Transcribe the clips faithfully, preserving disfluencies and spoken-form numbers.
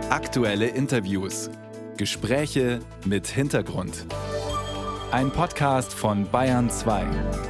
Aktuelle Interviews. Gespräche mit Hintergrund. Ein Podcast von Bayern zwei.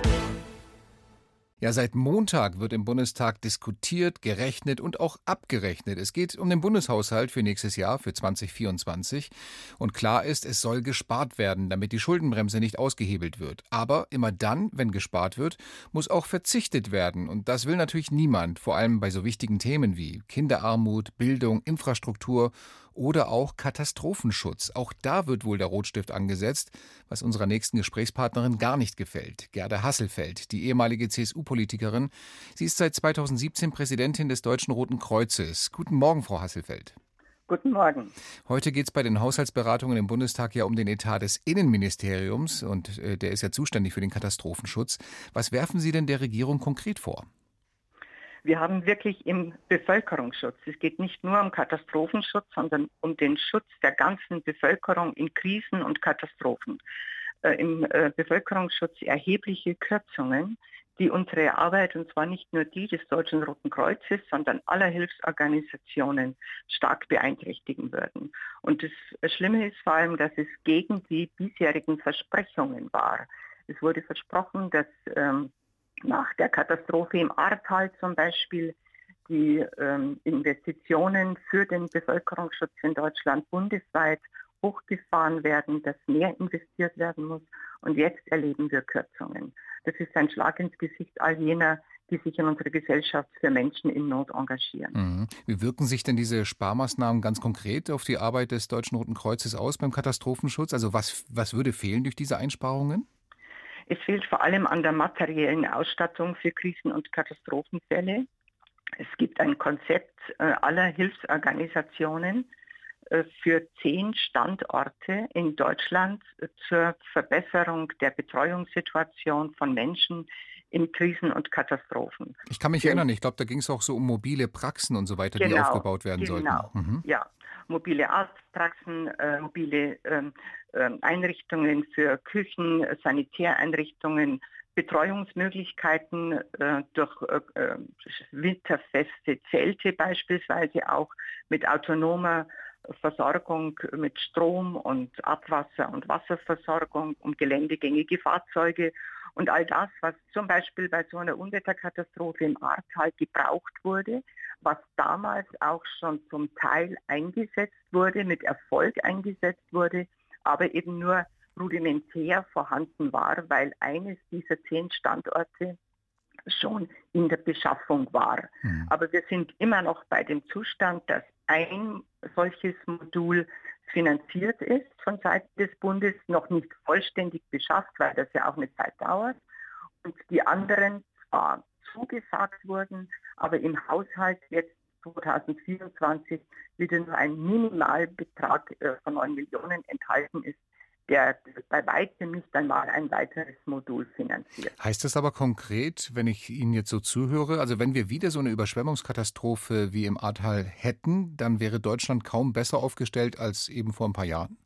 Ja, seit Montag wird im Bundestag diskutiert, gerechnet und auch abgerechnet. Es geht um den Bundeshaushalt für nächstes Jahr, für zwanzig vierundzwanzig. Und klar ist, es soll gespart werden, damit die Schuldenbremse nicht ausgehebelt wird. Aber immer dann, wenn gespart wird, muss auch verzichtet werden. Und das will natürlich niemand, vor allem bei so wichtigen Themen wie Kinderarmut, Bildung, Infrastruktur oder auch Katastrophenschutz. Auch da wird wohl der Rotstift angesetzt, was unserer nächsten Gesprächspartnerin gar nicht gefällt. Gerda Hasselfeld, die ehemalige C S U-Politikerin. Sie ist seit zweitausendsiebzehn Präsidentin des Deutschen Roten Kreuzes. Guten Morgen, Frau Hasselfeld. Guten Morgen. Heute geht es bei den Haushaltsberatungen im Bundestag ja um den Etat des Innenministeriums und äh, der ist ja zuständig für den Katastrophenschutz. Was werfen Sie denn der Regierung konkret vor? Wir haben wirklich im Bevölkerungsschutz, es geht nicht nur um Katastrophenschutz, sondern um den Schutz der ganzen Bevölkerung in Krisen und Katastrophen. Äh, Im äh, Bevölkerungsschutz erhebliche Kürzungen, die unsere Arbeit, und zwar nicht nur die des Deutschen Roten Kreuzes, sondern aller Hilfsorganisationen stark beeinträchtigen würden. Und das Schlimme ist vor allem, dass es gegen die bisherigen Versprechungen war. Es wurde versprochen, dass ähm, nach der Katastrophe im Ahrtal zum Beispiel die ähm, Investitionen für den Bevölkerungsschutz in Deutschland bundesweit hochgefahren werden, dass mehr investiert werden muss. Und jetzt erleben wir Kürzungen. Das ist ein Schlag ins Gesicht all jener, die sich in unserer Gesellschaft für Menschen in Not engagieren. Mhm. Wie wirken sich denn diese Sparmaßnahmen ganz konkret auf die Arbeit des Deutschen Roten Kreuzes aus beim Katastrophenschutz? Also was, was würde fehlen durch diese Einsparungen? Es fehlt vor allem an der materiellen Ausstattung für Krisen- und Katastrophenfälle. Es gibt ein Konzept äh, aller Hilfsorganisationen äh, für zehn Standorte in Deutschland äh, zur Verbesserung der Betreuungssituation von Menschen in Krisen und Katastrophen. Ich kann mich ja. erinnern, ich glaube, da ging es auch so um mobile Praxen und so weiter, genau, die aufgebaut werden genau, sollten. Mhm. Ja, mobile Arztpraxen, äh, mobile ähm, äh, Einrichtungen für Küchen, äh, Sanitäreinrichtungen, Betreuungsmöglichkeiten äh, durch äh, winterfeste Zelte beispielsweise auch mit autonomer Versorgung mit Strom und Abwasser- und Wasserversorgung, um geländegängige Fahrzeuge und all das, was zum Beispiel bei so einer Unwetterkatastrophe im Ahrtal gebraucht wurde, was damals auch schon zum Teil eingesetzt wurde, mit Erfolg eingesetzt wurde, aber eben nur rudimentär vorhanden war, weil eines dieser zehn Standorte schon in der Beschaffung war. Mhm. Aber wir sind immer noch bei dem Zustand, dass ein solches Modul finanziert ist von Seiten des Bundes, noch nicht vollständig beschafft, weil das ja auch eine Zeit dauert. Und die anderen zwar zugesagt wurden, aber im Haushalt jetzt zwanzig vierundzwanzig wieder nur ein Minimalbetrag von neun Millionen enthalten ist, der bei weitem nicht einmal ein weiteres Modul finanziert. Heißt das aber konkret, wenn ich Ihnen jetzt so zuhöre, also wenn wir wieder so eine Überschwemmungskatastrophe wie im Ahrtal hätten, dann wäre Deutschland kaum besser aufgestellt als eben vor ein paar Jahren?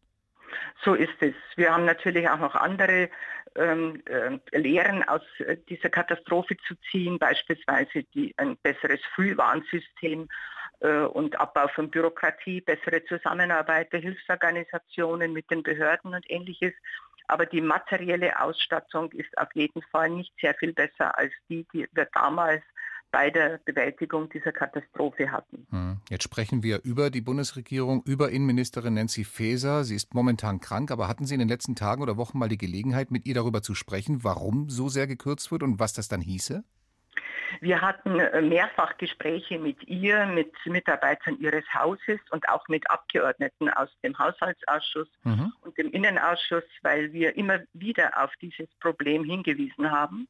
So ist es. Wir haben natürlich auch noch andere ähm, äh, Lehren aus äh, dieser Katastrophe zu ziehen, beispielsweise die, ein besseres Frühwarnsystem äh, und Abbau von Bürokratie, bessere Zusammenarbeit der Hilfsorganisationen mit den Behörden und Ähnliches. Aber die materielle Ausstattung ist auf jeden Fall nicht sehr viel besser als die, die wir damals bei der Bewältigung dieser Katastrophe hatten. Jetzt sprechen wir über die Bundesregierung, über Innenministerin Nancy Faeser. Sie ist momentan krank, aber hatten Sie in den letzten Tagen oder Wochen mal die Gelegenheit, mit ihr darüber zu sprechen, warum so sehr gekürzt wird und was das dann hieße? Wir hatten mehrfach Gespräche mit ihr, mit Mitarbeitern ihres Hauses und auch mit Abgeordneten aus dem Haushaltsausschuss mhm. und dem Innenausschuss, weil wir immer wieder auf dieses Problem hingewiesen haben.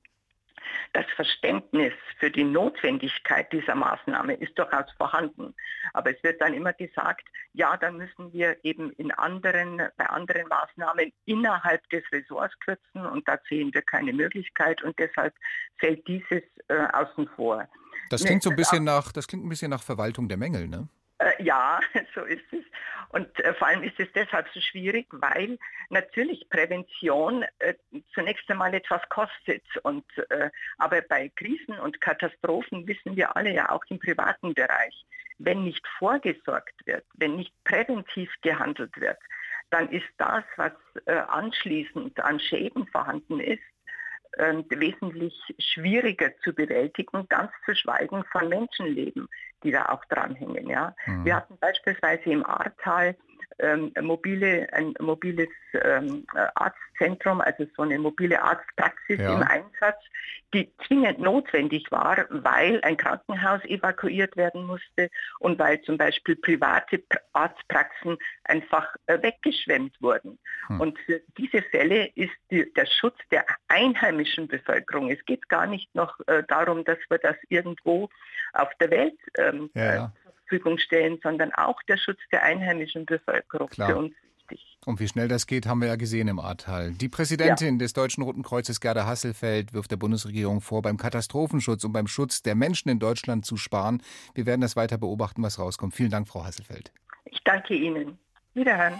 Das Verständnis für die Notwendigkeit dieser Maßnahme ist durchaus vorhanden. Aber es wird dann immer gesagt, ja, dann müssen wir eben in anderen, bei anderen Maßnahmen innerhalb des Ressorts kürzen und da sehen wir keine Möglichkeit und deshalb fällt dieses äh, außen vor. Das klingt so ein bisschen nach, das klingt ein bisschen nach Verwaltung der Mängel, ne? Äh, ja, so ist es. Und äh, vor allem ist es deshalb so schwierig, weil natürlich Prävention äh, zunächst einmal etwas kostet. Und, äh, aber bei Krisen und Katastrophen wissen wir alle ja auch im privaten Bereich, wenn nicht vorgesorgt wird, wenn nicht präventiv gehandelt wird, dann ist das, was äh, anschließend an Schäden vorhanden ist, äh, wesentlich schwieriger zu bewältigen, ganz zu schweigen von Menschenleben, die da auch dranhängen. Ja? Mhm. Wir hatten beispielsweise im Ahrtal ähm, mobile, ein mobiles ähm, Arztzentrum, also so eine mobile Arztpraxis ja. im Einsatz, die zwingend notwendig war, weil ein Krankenhaus evakuiert werden musste und weil zum Beispiel private Arztpraxen einfach äh, weggeschwemmt wurden. Hm. Und für diese Fälle ist die, der Schutz der einheimischen Bevölkerung, es geht gar nicht noch äh, darum, dass wir das irgendwo auf der Welt ähm, ja, ja. zur Verfügung stellen, sondern auch der Schutz der einheimischen Bevölkerung Klar. für uns. Und wie schnell das geht, haben wir ja gesehen im Ahrtal. Die Präsidentin ja. des Deutschen Roten Kreuzes, Gerda Hasselfeld, wirft der Bundesregierung vor, beim Katastrophenschutz und beim Schutz der Menschen in Deutschland zu sparen. Wir werden das weiter beobachten, was rauskommt. Vielen Dank, Frau Hasselfeld. Ich danke Ihnen. Wiederhören.